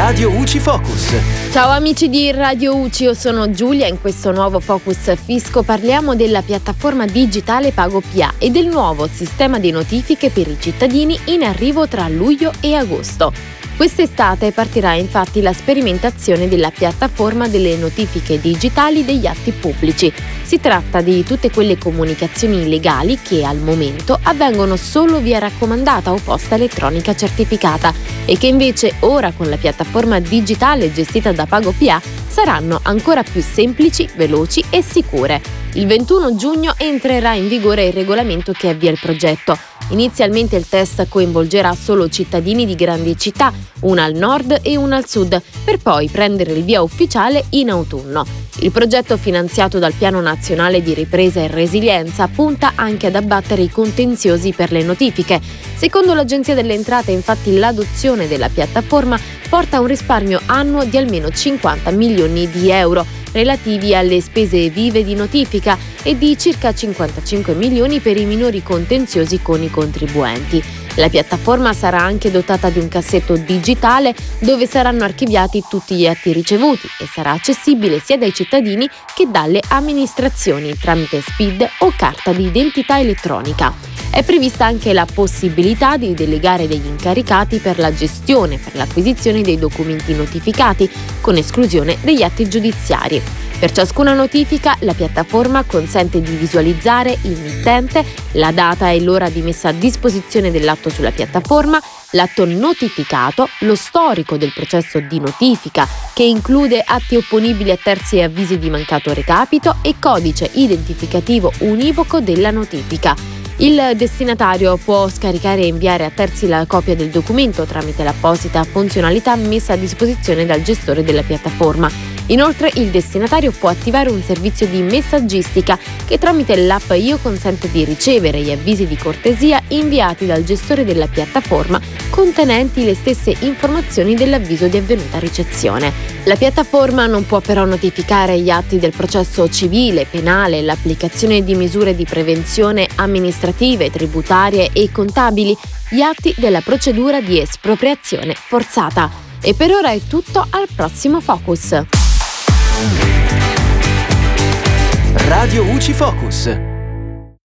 Radio UCI Focus. Ciao amici di Radio UCI, io sono Giulia. In questo nuovo Focus Fisco parliamo della piattaforma digitale PagoPA e del nuovo sistema di notifiche per i cittadini in arrivo tra luglio e agosto. Quest'estate partirà infatti la sperimentazione della piattaforma delle notifiche digitali degli atti pubblici. Si tratta di tutte quelle comunicazioni legali che al momento avvengono solo via raccomandata o posta elettronica certificata e che invece ora con la piattaforma digitale gestita da PagoPA saranno ancora più semplici, veloci e sicure. Il 21 giugno entrerà in vigore il regolamento che avvia il progetto. Inizialmente il test coinvolgerà solo cittadini di grandi città, una al nord e una al sud, per poi prendere il via ufficiale in autunno. Il progetto finanziato dal Piano Nazionale di Ripresa e Resilienza punta anche ad abbattere i contenziosi per le notifiche. Secondo l'Agenzia delle Entrate, infatti, l'adozione della piattaforma porta a un risparmio annuo di almeno 50 milioni di euro relativi alle spese vive di notifica e di circa 55 milioni per i minori contenziosi con i contribuenti. La piattaforma sarà anche dotata di un cassetto digitale dove saranno archiviati tutti gli atti ricevuti e sarà accessibile sia dai cittadini che dalle amministrazioni tramite SPID o carta di identità elettronica. È prevista anche la possibilità di delegare degli incaricati per la gestione per l'acquisizione dei documenti notificati, con esclusione degli atti giudiziari. Per ciascuna notifica, la piattaforma consente di visualizzare il mittente, la data e l'ora di messa a disposizione dell'atto sulla piattaforma, l'atto notificato, lo storico del processo di notifica, che include atti opponibili a terzi e avvisi di mancato recapito, e codice identificativo univoco della notifica. Il destinatario può scaricare e inviare a terzi la copia del documento tramite l'apposita funzionalità messa a disposizione dal gestore della piattaforma. Inoltre il destinatario può attivare un servizio di messaggistica che tramite l'app Io consente di ricevere gli avvisi di cortesia inviati dal gestore della piattaforma contenenti le stesse informazioni dell'avviso di avvenuta ricezione. La piattaforma non può però notificare gli atti del processo civile, penale, l'applicazione di misure di prevenzione amministrative, tributarie e contabili, gli atti della procedura di espropriazione forzata. E per ora è tutto, al prossimo Focus. Radio UCI Focus.